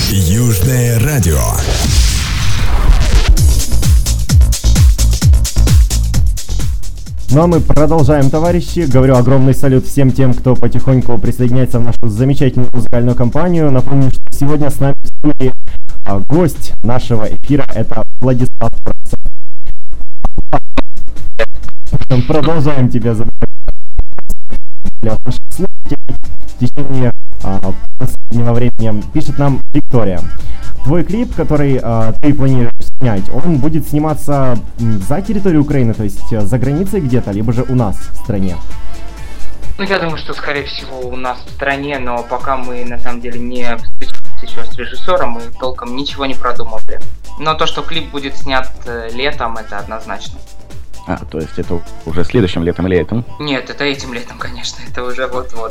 Южное радио. Ну а мы продолжаем, товарищи. Говорю огромный салют всем тем, кто потихоньку присоединяется в нашу замечательную музыкальную компанию. Напомню, что сегодня с нами в студии гость нашего эфира — это Владислав Турцев. Продолжаем тебя задавать для наших слушателей. В течение последнего времени пишет нам Виктория. Твой клип, который ты планируешь снять, он будет сниматься за территорией Украины, то есть за границей где-то, либо же у нас в стране? Ну, я думаю, что, скорее всего, у нас в стране, но пока мы, на самом деле, не встречались еще с режиссером, мы толком ничего не продумывали. Но то, что клип будет снят летом, это однозначно. То есть это уже следующим летом или этим? Нет, это этим летом, конечно, это уже вот-вот.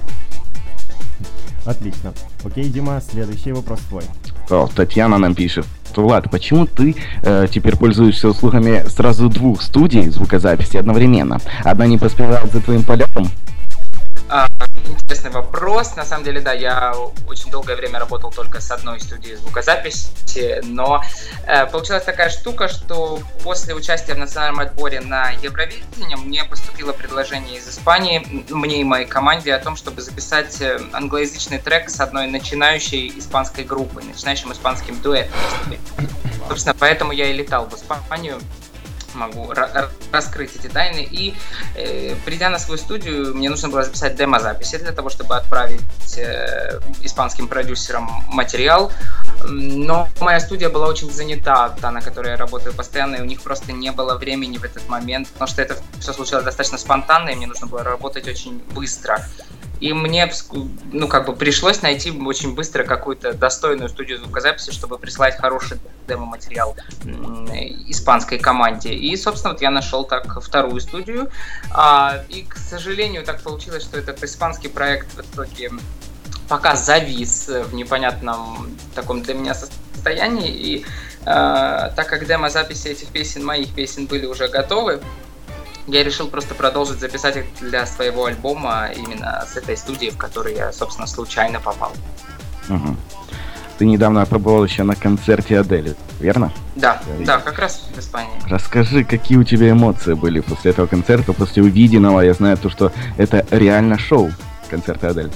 Отлично. Окей, Дима, следующий вопрос твой. Татьяна нам пишет. Влад, почему ты теперь пользуешься услугами сразу двух студий звукозаписи одновременно? Одна не поспевает за твоим полетом? Интересный вопрос. На самом деле, да, я очень долгое время работал только с одной студией звукозаписи, но получилась такая штука, что после участия в национальном отборе на Евровидении мне поступило предложение из Испании, мне и моей команде, о том, чтобы записать англоязычный трек с одной начинающей испанской группой, начинающим испанским дуэтом. Собственно, поэтому я и летал в Испанию. Могу раскрыть эти тайны. И придя на свою студию, мне нужно было записать демо-записи для того, чтобы отправить испанским продюсерам материал. Но моя студия была очень занята, та, на которой я работаю постоянно, и у них просто не было времени в этот момент, потому что это все случилось достаточно спонтанно, и мне нужно было работать очень быстро. И мне, пришлось найти очень быстро какую-то достойную студию звукозаписи, чтобы прислать хороший демо-материал испанской команде. И, собственно, я нашел так вторую студию. И, к сожалению, так получилось, что этот испанский проект в итоге пока завис в непонятном таком для меня состоянии. И так как демо-записи этих песен, моих песен, были уже готовы, я решил просто продолжить записать их для своего альбома именно с этой студии, в которую я, собственно, случайно попал. Угу. Ты недавно пробовал еще на концерте Адели, верно? Да, как раз в Испании. Расскажи, какие у тебя эмоции были после этого концерта, после увиденного? Я знаю, что это реально шоу, концерты Адели.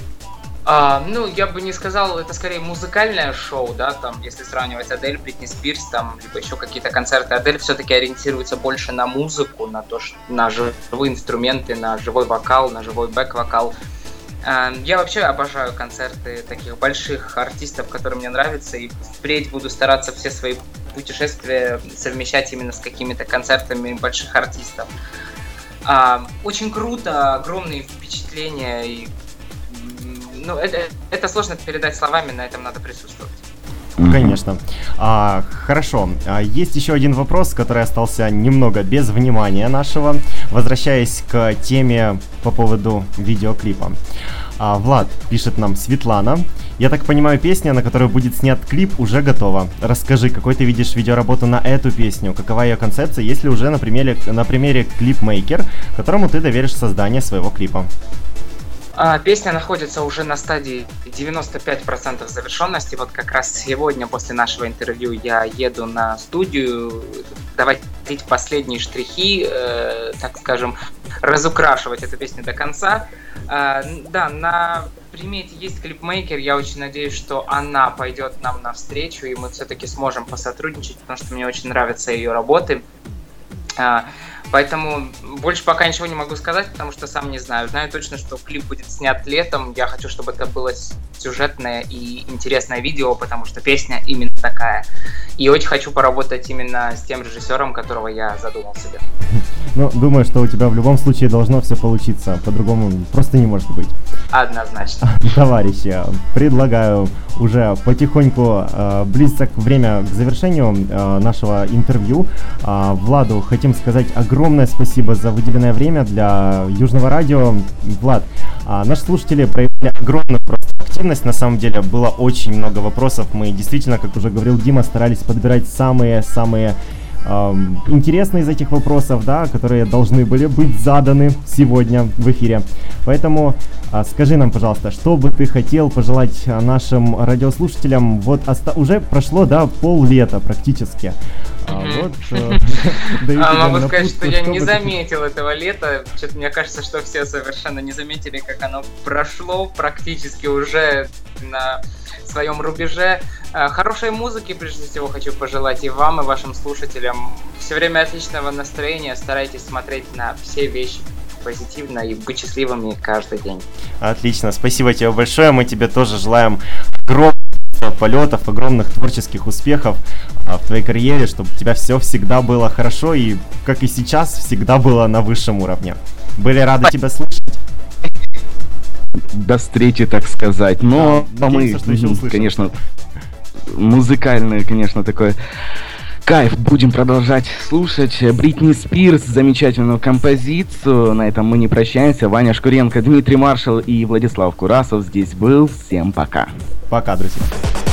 Я бы не сказал, это скорее музыкальное шоу, да, там, если сравнивать Адель, Бритни Спирс, там, либо еще какие-то концерты. Адель все-таки ориентируется больше на музыку, на живые инструменты, на живой вокал, на живой бэк-вокал. Я вообще обожаю концерты таких больших артистов, которые мне нравятся, и впредь буду стараться все свои путешествия совмещать именно с какими-то концертами больших артистов. Очень круто, огромные впечатления, и это сложно передать словами, на этом надо присутствовать. Конечно. Хорошо. Есть еще один вопрос, который остался немного без внимания нашего, возвращаясь к теме по поводу видеоклипа. Влад, пишет нам Светлана. Я так понимаю, песня, на которую будет снят клип, уже готова. Расскажи, какой ты видишь видеоработу на эту песню, какова ее концепция, если уже на примере клипмейкер, которому ты доверишь создание своего клипа? Песня находится уже на стадии 95% завершенности. Вот как раз сегодня после нашего интервью я еду на студию доводить последние штрихи, так скажем, разукрашивать эту песню до конца. Да, на примете есть клипмейкер. Я очень надеюсь, что она пойдет нам навстречу, и мы все-таки сможем посотрудничать, потому что мне очень нравятся ее работы. Поэтому больше пока ничего не могу сказать, потому что сам не знаю. Знаю точно, что клип будет снят летом. Я хочу, чтобы это было сюжетное и интересное видео, потому что песня именно такая. И очень хочу поработать именно с тем режиссером, которого я задумал себе. Думаю, что у тебя в любом случае должно все получиться. По-другому просто не может быть. Однозначно. Товарищи, предлагаю уже потихоньку близится время к завершению нашего интервью. Владу хотим сказать огромное спасибо за выделенное время для Южного радио. Влад, наши слушатели проявили огромную просто активность. На самом деле было очень много вопросов. Мы действительно, как уже говорил Дима, старались подбирать самые интересные из этих вопросов, да, которые должны были быть заданы сегодня в эфире. Поэтому скажи нам, пожалуйста, что бы ты хотел пожелать нашим радиослушателям? Вот уже прошло, да, пол-лета практически. Могу сказать, что я не заметил этого лета. Что-то мне кажется, что все совершенно не заметили, как оно прошло, практически уже на своем рубеже. Хорошей музыки, прежде всего, хочу пожелать и вам, и вашим слушателям. Все время отличного настроения. Старайтесь смотреть на все вещи позитивно и быть счастливыми каждый день. Отлично, спасибо тебе большое. Мы тебе тоже желаем огромных полетов, огромных творческих успехов в твоей карьере, чтобы у тебя все всегда было хорошо и, как и сейчас, всегда было на высшем уровне. Были рады тебя слышать. До встречи, так сказать. Но да, мы, конечно, музыкальный, конечно, такой кайф будем продолжать слушать. Бритни Спирс, замечательную композицию. На этом мы не прощаемся. Ваня Шкуренко, Дмитрий Маршал и Владислав Курасов здесь был. Всем пока. Пока, друзья.